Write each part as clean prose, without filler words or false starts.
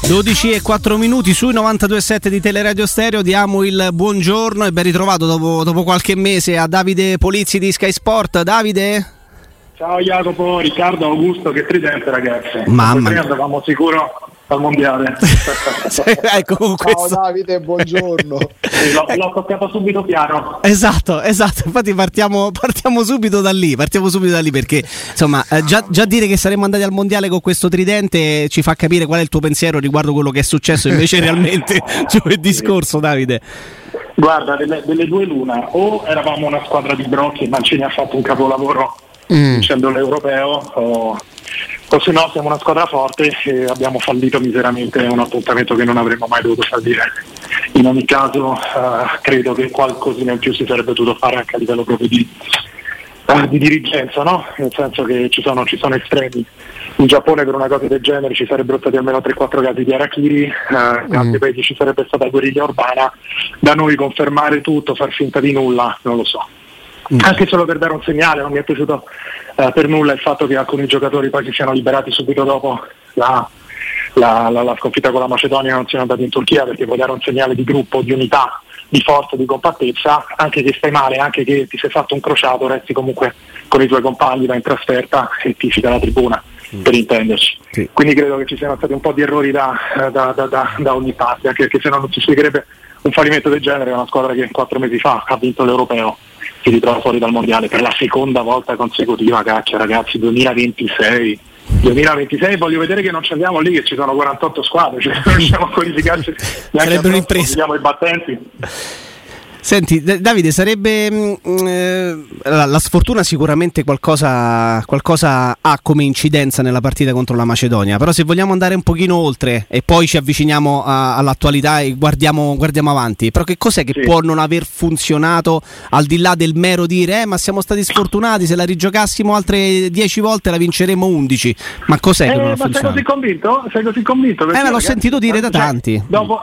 12:04 sui 92.7 di Teleradio Stereo. Diamo il buongiorno e ben ritrovato dopo qualche mese a Davide Polizzi di Sky Sport. Davide? Ciao Jacopo, Riccardo, Augusto, che tridente ragazzi. Mamma mia. Andavamo sicuro al mondiale. Ecco, ciao questo. Davide, buongiorno. L'ho toccato subito piano. Esatto, infatti partiamo subito da lì perché insomma già dire che saremmo andati al mondiale con questo tridente ci fa capire qual è il tuo pensiero riguardo quello che è successo invece realmente giovedì scorso, Davide. Guarda, delle due l'una, o eravamo una squadra di Brocchi e Mancini ha fatto un capolavoro vincendo l'Europeo, o se no siamo una squadra forte e abbiamo fallito miseramente un appuntamento che non avremmo mai dovuto fallire. In ogni caso credo che qualcosina in più si sarebbe dovuto fare anche a livello proprio di dirigenza, no? Nel senso che ci sono estremi. In Giappone per una cosa del genere ci sarebbero stati almeno 3-4 casi di Harakiri, in altri paesi ci sarebbe stata guerriglia urbana. Da noi confermare tutto, far finta di nulla, non lo so. Anche solo per dare un segnale, non mi è piaciuto per nulla il fatto che alcuni giocatori poi si siano liberati subito dopo la sconfitta con la Macedonia e non siano andati in Turchia, perché può dare un segnale di gruppo, di unità, di forza, di compattezza. Anche che stai male, anche che ti sei fatto un crociato, resti comunque con i tuoi compagni, vai in trasferta e tifi dalla tribuna, per intenderci. Sì. Quindi credo che ci siano stati un po' di errori da ogni parte, anche perché se no non si spiegherebbe un fallimento del genere. È una squadra che 4 mesi fa ha vinto l'Europeo, si ritrova fuori dal mondiale per la seconda volta consecutiva. Cacchia ragazzi, 2026, voglio vedere che non ci andiamo lì che ci sono 48 squadre, cioè non riusciamo a qualificarci, sarebbe un'impresa. Vediamo i battenti. Senti Davide, sarebbe la sfortuna sicuramente qualcosa ha come incidenza nella partita contro la Macedonia, però se vogliamo andare un pochino oltre e poi ci avviciniamo all'attualità e guardiamo avanti, però che cos'è che può non aver funzionato al di là del mero dire ma siamo stati sfortunati, se la rigiocassimo altre 10 volte la vinceremo 11, ma cos'è che non ha funzionato? Sei così convinto? Me l'ho sentito dire da tanti. Dopo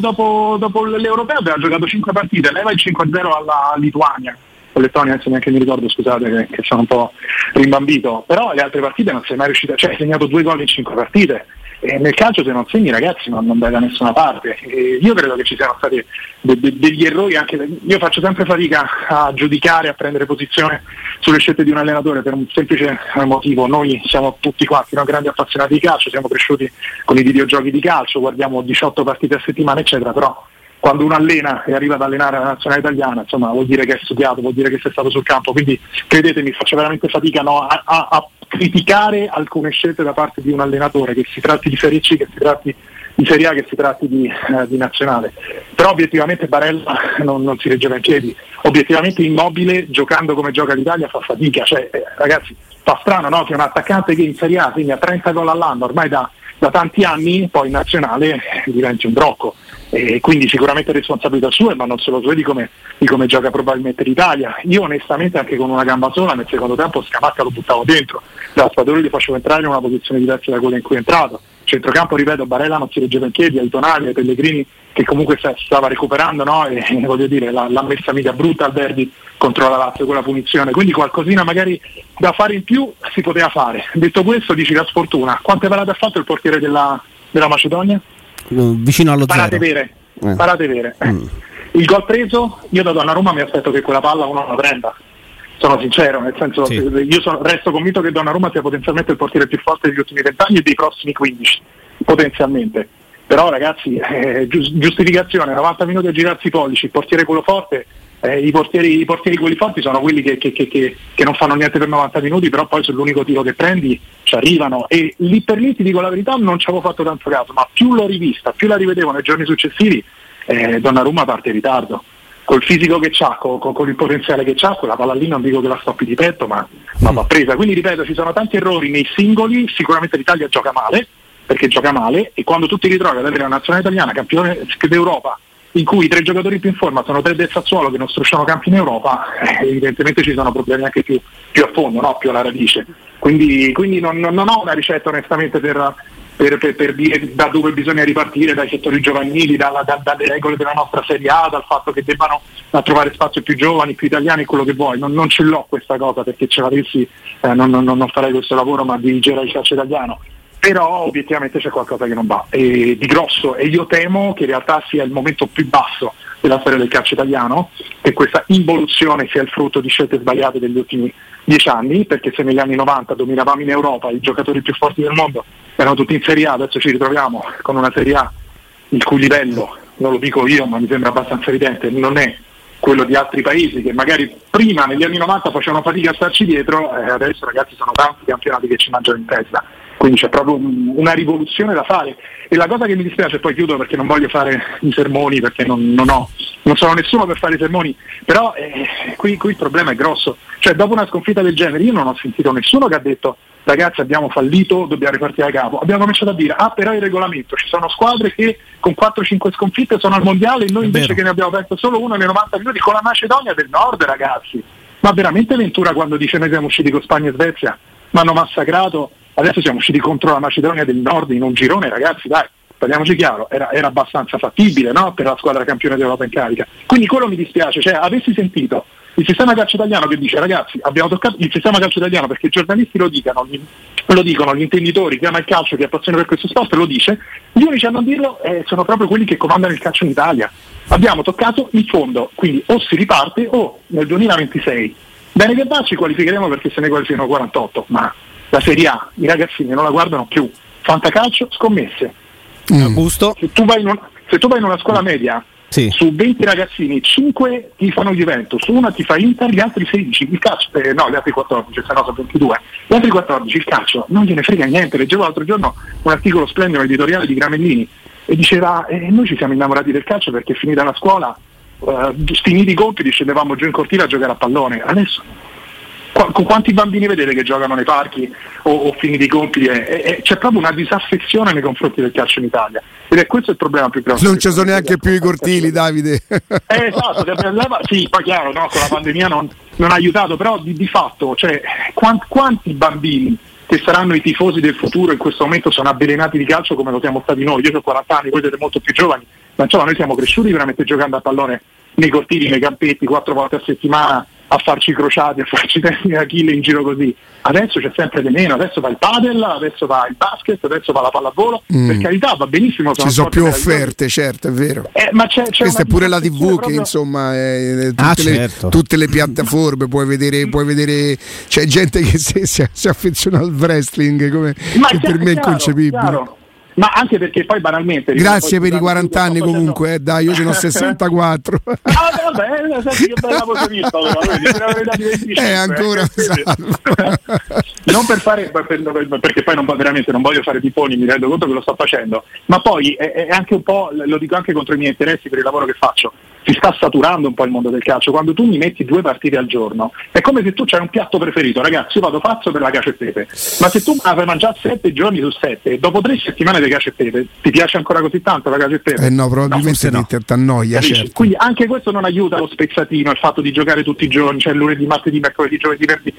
l'Europeo abbiamo giocato 5 partite, leva il 5-0 alla Lituania, o Lettonia, adesso neanche mi ricordo, scusate che sono un po' rimbambito, però le altre partite non sei mai riuscito, cioè hai segnato 2 gol in 5 partite, e nel calcio se non segni ragazzi non vai da nessuna parte. E io credo che ci siano stati degli errori, anche io faccio sempre fatica a giudicare, a prendere posizione sulle scelte di un allenatore per un semplice motivo: noi siamo tutti quanti grandi appassionati di calcio, siamo cresciuti con i videogiochi di calcio, guardiamo 18 partite a settimana eccetera, però quando uno allena e arriva ad allenare la nazionale italiana, insomma, vuol dire che è studiato, vuol dire che sei stato sul campo, quindi credetemi, faccio veramente fatica a criticare alcune scelte da parte di un allenatore, che si tratti di Serie C, che si tratti di Serie A, che si tratti di nazionale. Però obiettivamente Barella non si reggeva in piedi, obiettivamente Immobile, giocando come gioca l'Italia, fa fatica, cioè ragazzi, fa strano, no? Che un attaccante che in Serie A segna 30 gol all'anno ormai da tanti anni, poi in nazionale diventi un brocco. E quindi sicuramente responsabilità sua, ma non solo sua, di come gioca probabilmente l'Italia. Io onestamente anche con una gamba sola nel secondo tempo Scamacca lo buttavo dentro, da Spadori li facevo entrare in una posizione diversa da quella in cui è entrato. Centrocampo, ripeto, Barella non si reggeva in piedi, ai Tonali, ai Pellegrini, che comunque stava recuperando, no? E voglio dire, l'ha messa mica brutta al derby contro la Lazio con la punizione, quindi qualcosina magari da fare in più si poteva fare. Detto questo, dici la sfortuna, quante parate ha fatto il portiere della Macedonia? Vicino allo parate zero. Parate vere. Il gol preso, io da Donnarumma mi aspetto che quella palla uno la prenda, sono sincero, nel senso io resto convinto che Donnarumma sia potenzialmente il portiere più forte degli ultimi 20 anni e dei prossimi 15 potenzialmente, però ragazzi giustificazione, 90 minuti a girarsi i pollici, il portiere quello forte, i portieri quelli forti sono quelli che non fanno niente per 90 minuti, però poi sull'unico tiro che prendi ci arrivano, e lì per lì ti dico la verità, non ci avevo fatto tanto caso, ma più l'ho rivista, più la rivedevo nei giorni successivi, Donnarumma parte in ritardo, col fisico che c'ha, con il potenziale che c'ha, quella palla lì non dico che la stoppi di petto, ma va presa. Quindi ripeto, ci sono tanti errori nei singoli, sicuramente l'Italia gioca male, perché gioca male, e quando tu ti ritrovi ad avere una nazionale italiana campione d'Europa, in cui i 3 giocatori più in forma sono 3 del Sassuolo che non strusciano campi in Europa, evidentemente ci sono problemi anche più a fondo, no? Più alla radice. Quindi non ho una ricetta onestamente per dire da dove bisogna ripartire, dai settori giovanili, dalle regole della nostra Serie A, dal fatto che debbano trovare spazio più giovani, più italiani, quello che vuoi. Non ce l'ho questa cosa, perché ce l'avessi non farei questo lavoro, ma dirigerei il calcio italiano. però obiettivamente c'è qualcosa che non va di grosso, e io temo che in realtà sia il momento più basso della storia del calcio italiano, che questa involuzione sia il frutto di scelte sbagliate degli ultimi 10 anni, perché se negli anni 90 dominavamo in Europa, i giocatori più forti del mondo erano tutti in Serie A, adesso ci ritroviamo con una Serie A il cui livello, non lo dico io ma mi sembra abbastanza evidente, non è quello di altri paesi che magari prima negli anni 90 facevano fatica a starci dietro, adesso ragazzi sono tanti campionati che ci mangiano in testa, quindi c'è proprio una rivoluzione da fare. E la cosa che mi dispiace, poi chiudo perché non voglio fare i sermoni, perché non sono nessuno per fare i sermoni, però qui il problema è grosso, cioè dopo una sconfitta del genere io non ho sentito nessuno che ha detto ragazzi abbiamo fallito, dobbiamo ripartire da capo. Abbiamo cominciato a dire però il regolamento, ci sono squadre che con 4-5 sconfitte sono al mondiale e noi invece che ne abbiamo perso solo uno nei 90 minuti con la Macedonia del Nord, ragazzi. Ma veramente Ventura quando dice noi siamo usciti con Spagna e Svezia, mi hanno massacrato, adesso siamo usciti contro la Macedonia del Nord in un girone, ragazzi, dai, parliamoci chiaro, era abbastanza fattibile, no? Per la squadra campione d'Europa in carica. Quindi quello mi dispiace, cioè avessi sentito il sistema calcio italiano che dice ragazzi abbiamo toccato il sistema calcio italiano, perché i giornalisti lo dicono, gli intenditori, chi ama il calcio, chi ha passione per questo sport lo dice, gli unici a non dirlo sono proprio quelli che comandano il calcio in Italia. Abbiamo toccato il fondo, quindi o si riparte o nel 2026 bene che va ci qualificheremo perché se ne qualificano 48, ma la Serie A i ragazzini non la guardano più. Fantacalcio, scommesse. Augusto? Se tu vai in una scuola media, sì, su 20 ragazzini 5 ti fanno Juventus, una ti fa Inter, gli altri 16 il calcio, gli altri 14, se no sono 22, gli altri 14 il calcio non gliene frega niente. Leggevo l'altro giorno un articolo splendido, un editoriale di Gramellini, e diceva noi ci siamo innamorati del calcio perché finita la scuola, finiti i compiti scendevamo giù in cortile a giocare a pallone. Adesso con quanti bambini vedete che giocano nei parchi o finiti i compiti? C'è proprio una disaffezione nei confronti del calcio in Italia, ed è questo il problema più grosso. Non ci sono neanche più i cortili, Davide. Esatto, sì, poi chiaro, no, con la pandemia non ha aiutato, però di fatto, cioè, quanti bambini che saranno i tifosi del futuro in questo momento sono avvelenati di calcio come lo siamo stati noi? Io ho 40 anni, voi siete molto più giovani, ma insomma noi siamo cresciuti veramente giocando a pallone nei cortili, nei campetti, 4 volte a settimana, a farci crociati, a farci testi d'Achille in giro così. Adesso c'è sempre di meno, adesso va il padel, adesso va il basket, adesso va la pallavolo, per carità va benissimo. Ci sono più offerte, certo, è vero. Ma c'è questa è pure la TV proprio... che insomma tutte le piattaforme puoi vedere, c'è gente che si affeziona al wrestling come che per me è inconcepibile. Chiaro. Ma anche perché poi banalmente... Grazie per i 40 anni comunque, dai, io ce ne ho 64. Vabbè, senti che bella positivista, ancora non per fare, perché poi veramente non voglio fare tiponi, mi rendo conto che lo sto facendo, ma poi è anche un po', lo dico anche contro i miei interessi per il lavoro che faccio, si sta saturando un po' il mondo del calcio. Quando tu mi metti 2 partite al giorno è come se tu c'hai un piatto preferito, ragazzi, io vado pazzo per la cacio e pepe, ma se tu me la fai mangiare 7 giorni su 7 e dopo 3 settimane di cacio e pepe, ti piace ancora così tanto la cacio e pepe? No, probabilmente no. Ti annoia, certo. Quindi anche questo non aiuta lo spezzatino, il fatto di giocare tutti i giorni, cioè lunedì, martedì, mercoledì, giovedì, venerdì.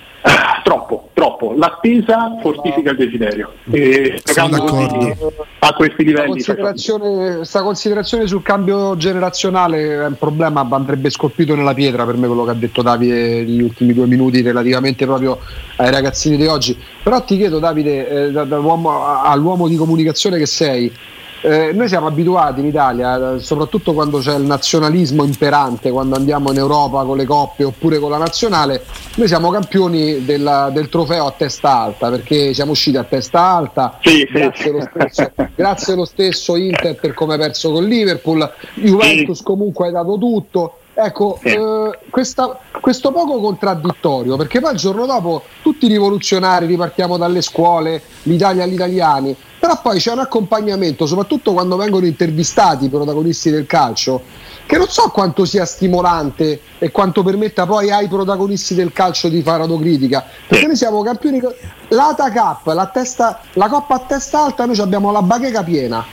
Troppo. L'attesa fortifica il desiderio. Sono d'accordo. A questi livelli. Sta considerazione sul cambio generazionale è un problema, andrebbe scolpito nella pietra per me quello che ha detto Davide negli ultimi 2 minuti relativamente proprio ai ragazzini di oggi. Però ti chiedo, Davide, all'uomo di comunicazione che sei, noi siamo abituati in Italia, soprattutto quando c'è il nazionalismo imperante, quando andiamo in Europa con le coppe oppure con la nazionale, noi siamo campioni del trofeo a testa alta, perché siamo usciti a testa alta, grazie lo stesso Inter per come ha perso con Liverpool, Juventus comunque ha dato tutto. Ecco, questo poco contraddittorio, perché poi il giorno dopo tutti rivoluzionari, ripartiamo dalle scuole, l'Italia agli italiani, però poi c'è un accompagnamento, soprattutto quando vengono intervistati i protagonisti del calcio, che non so quanto sia stimolante e quanto permetta poi ai protagonisti del calcio di fare autocritica, perché noi siamo campioni, l'Ata Cup, la Coppa a testa alta, noi abbiamo la bacheca piena.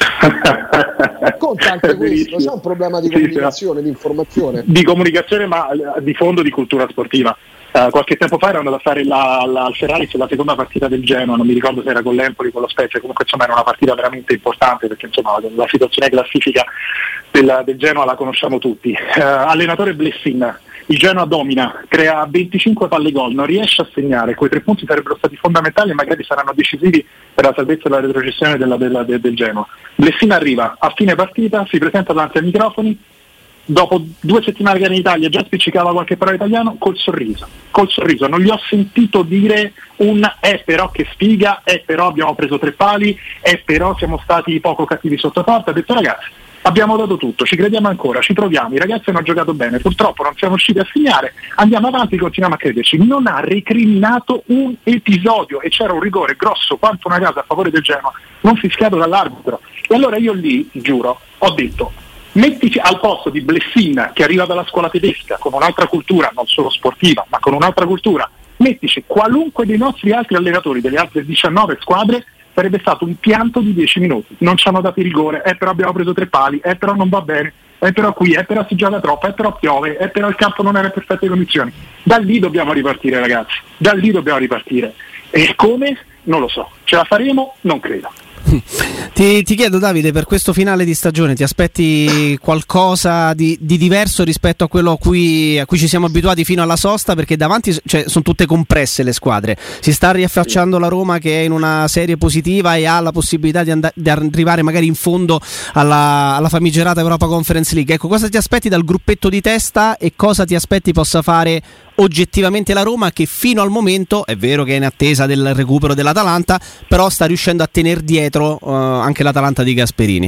Conta anche questo, c'è un problema di comunicazione, di informazione, di comunicazione, ma di fondo di cultura sportiva. qualche tempo fa ero andato a fare al Ferrari sulla seconda partita del Genoa, non mi ricordo se era con l'Empoli, con lo Spezia, comunque insomma era una partita veramente importante, perché insomma la situazione classifica del Genoa la conosciamo tutti. Allenatore Blessin, il Genoa domina, crea 25 palle gol, non riesce a segnare, quei 3 punti sarebbero stati fondamentali e magari saranno decisivi per la salvezza e la retrocessione del Genoa. Blessin arriva a fine partita, si presenta davanti ai microfoni, dopo 2 settimane che era in Italia già spiccicava qualche parola italiano, col sorriso, non gli ho sentito dire però che sfiga, però abbiamo preso 3 pali, però siamo stati poco cattivi sotto porta. Ha detto ragazzi, abbiamo dato tutto, ci crediamo ancora, ci proviamo, i ragazzi hanno giocato bene, purtroppo non siamo riusciti a segnare, andiamo avanti, continuiamo a crederci. Non ha recriminato un episodio e c'era un rigore grosso quanto una casa a favore del Genoa, non fischiato dall'arbitro. E allora io lì, giuro, ho detto, mettici al posto di Blessin che arriva dalla scuola tedesca con un'altra cultura, non solo sportiva, ma con un'altra cultura, mettici qualunque dei nostri altri allenatori delle altre 19 squadre, sarebbe stato un pianto di 10 minuti. Non ci hanno dato il rigore, però abbiamo preso 3 pali, però non va bene, però qui, però si gioca troppo, però piove, però il campo non era in perfette condizioni. Da lì dobbiamo ripartire ragazzi, E come? Non lo so. Ce la faremo? Non credo. Ti chiedo Davide, per questo finale di stagione ti aspetti qualcosa di diverso rispetto a quello a cui ci siamo abituati fino alla sosta, perché davanti sono tutte compresse le squadre, si sta riaffacciando la Roma che è in una serie positiva e ha la possibilità di arrivare magari in fondo alla famigerata Europa Conference League. Ecco, cosa ti aspetti dal gruppetto di testa e cosa ti aspetti possa fare oggettivamente la Roma, che fino al momento è vero che è in attesa del recupero dell'Atalanta, però sta riuscendo a tenere dietro anche l'Atalanta di Gasperini?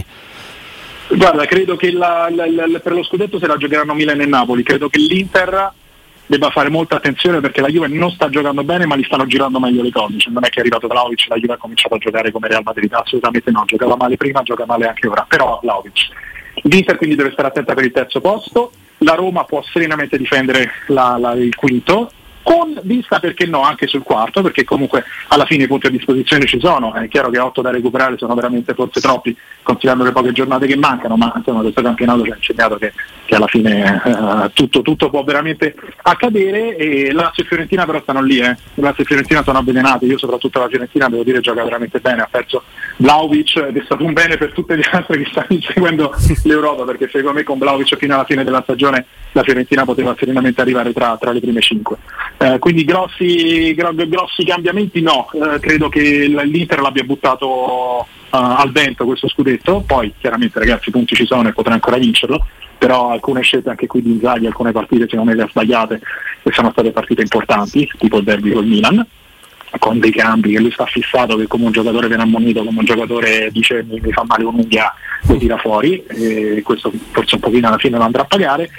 Guarda, credo che per lo scudetto se la giocheranno Milan e Napoli. Credo che l'Inter debba fare molta attenzione, perché la Juve non sta giocando bene, ma li stanno girando meglio le cose. Non è che è arrivato Vlahovic, la Juve ha cominciato a giocare come Real Madrid, assolutamente no, giocava male prima, gioca male anche ora, però Vlahovic. L'Inter quindi deve stare attenta per il terzo posto, la Roma può serenamente difendere il quinto, con vista, perché no, anche sul quarto, perché comunque alla fine i punti a disposizione ci sono. È chiaro che 8 da recuperare sono veramente forse troppi, considerando le poche giornate che mancano, ma insomma questo campionato ci ha insegnato che alla fine tutto può veramente accadere. E Lazio e Fiorentina però stanno lì, Lazio e Fiorentina sono avvelenate. Io soprattutto la Fiorentina devo dire gioca veramente bene, ha perso Vlahovic ed è stato un bene per tutte le altre che stanno inseguendo l'Europa, perché secondo me con Vlahovic fino alla fine della stagione la Fiorentina poteva serenamente arrivare tra le prime 5. Quindi grossi cambiamenti no, credo che l'Inter l'abbia buttato al vento questo scudetto. Poi chiaramente ragazzi i punti ci sono e potrà ancora vincerlo, però alcune scelte anche qui di Inzaghi, alcune partite secondo me le ha sbagliate e sono state partite importanti, tipo il derby col Milan, con dei cambi che lui sta fissato, che come un giocatore viene ammonito, come un giocatore dice mi fa male un'unghia, lo tira fuori, e questo forse un pochino alla fine lo andrà a pagare,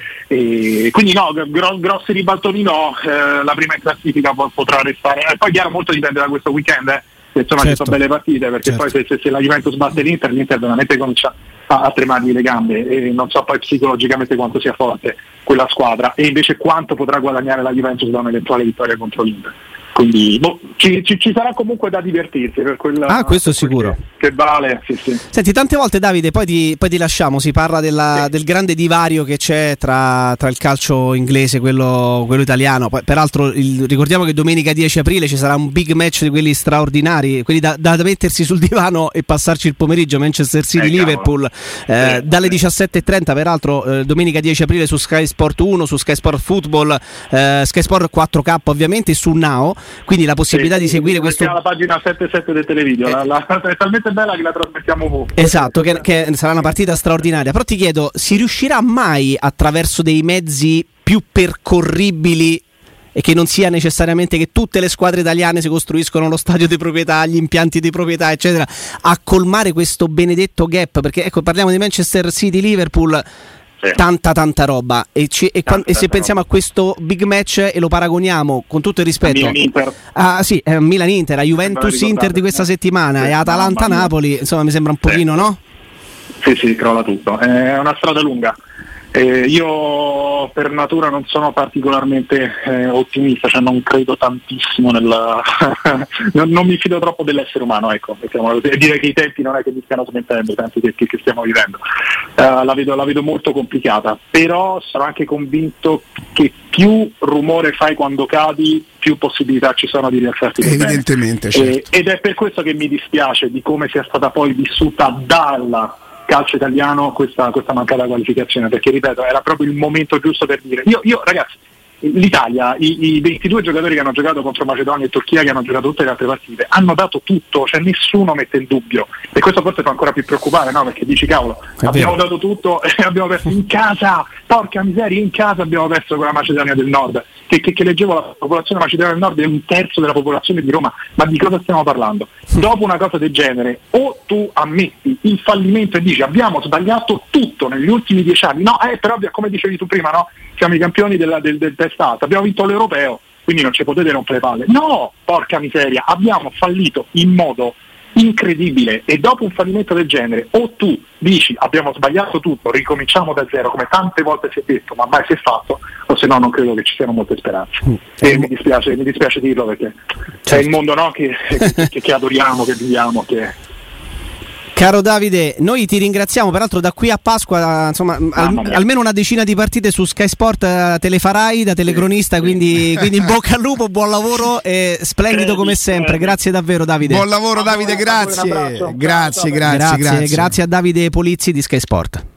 e quindi no, grossi ribaltoni no, la prima in classifica potrà restare, poi chiaro molto dipende da questo weekend, insomma certo. Ci sono belle partite, perché certo. Poi se la Juventus batte l'Inter veramente comincia a tremargli le gambe, e non so poi psicologicamente quanto sia forte quella squadra e invece quanto potrà guadagnare la Juventus da un'eventuale vittoria contro l'Inter. Quindi ci sarà comunque da divertirsi per quella. Questo è sicuro. Che vale, sì. Senti, tante volte Davide, poi ti lasciamo, si parla del grande divario che c'è tra il calcio inglese, quello italiano. Poi, peraltro ricordiamo che domenica 10 aprile ci sarà un big match di quelli straordinari, quelli da mettersi sul divano e passarci il pomeriggio, Manchester City-Liverpool, dalle 17.30, peraltro domenica 10 aprile su Sky Sport 1, su Sky Sport Football, Sky Sport 4K ovviamente, su Now. Quindi la possibilità di seguire questo. La pagina 77 del televideo, è talmente bella che la trasmettiamo ovunque. Esatto, che sarà una partita straordinaria. Però ti chiedo, si riuscirà mai attraverso dei mezzi più percorribili e che non sia necessariamente che tutte le squadre italiane si costruiscono lo stadio di proprietà, gli impianti di proprietà, eccetera, a colmare questo benedetto gap? Perché ecco, parliamo di Manchester City, Liverpool. Sì. Tanta roba e se pensiamo a questo big match e lo paragoniamo con tutto il rispetto a Milan-Inter, a Juventus-Inter di questa settimana e Atalanta-Napoli, insomma mi sembra un pochino, no? Sì, crolla tutto, è una strada lunga. Io per natura non sono particolarmente ottimista, cioè non credo tantissimo non mi fido troppo dell'essere umano, ecco, e dire che i tempi non è che mi stiano smentendo, i tempi che stiamo vivendo, la vedo molto complicata, però sono anche convinto che più rumore fai quando cadi, più possibilità ci sono di rialzarti. Evidentemente, certo. Ed è per questo che mi dispiace di come sia stata poi vissuta dal calcio italiano questa mancata qualificazione, perché ripeto, era proprio il momento giusto per dire io ragazzi, l'Italia, i 22 giocatori che hanno giocato contro Macedonia e Turchia, che hanno giocato tutte le altre partite, hanno dato tutto, cioè nessuno mette in dubbio, e questo forse fa ancora più preoccupare, no? Perché dici cavolo, abbiamo dato tutto e abbiamo perso in casa, porca miseria, in casa abbiamo perso con la Macedonia del Nord, che leggevo, la popolazione macedonia del Nord è 1/3 della popolazione di Roma, ma di cosa stiamo parlando? Dopo una cosa del genere, o tu ammetti il fallimento e dici abbiamo sbagliato tutto negli ultimi 10 anni, no, però come dicevi tu prima, no? Siamo i campioni del test alto, abbiamo vinto l'Europeo, quindi non ci potete rompere le palle. No, porca miseria, abbiamo fallito in modo incredibile, e dopo un fallimento del genere o tu dici abbiamo sbagliato tutto, ricominciamo da zero, come tante volte si è detto ma mai si è fatto, o se no non credo che ci siano molte speranze. E mi dispiace dirlo, perché è il mondo, no, che adoriamo, che viviamo, che... Caro Davide, noi ti ringraziamo, peraltro da qui a Pasqua, insomma, almeno una decina di partite su Sky Sport te le farai da telecronista, quindi in bocca al lupo, buon lavoro e splendido come sempre, grazie davvero Davide. Buon lavoro Davide, grazie a Davide Polizzi di Sky Sport.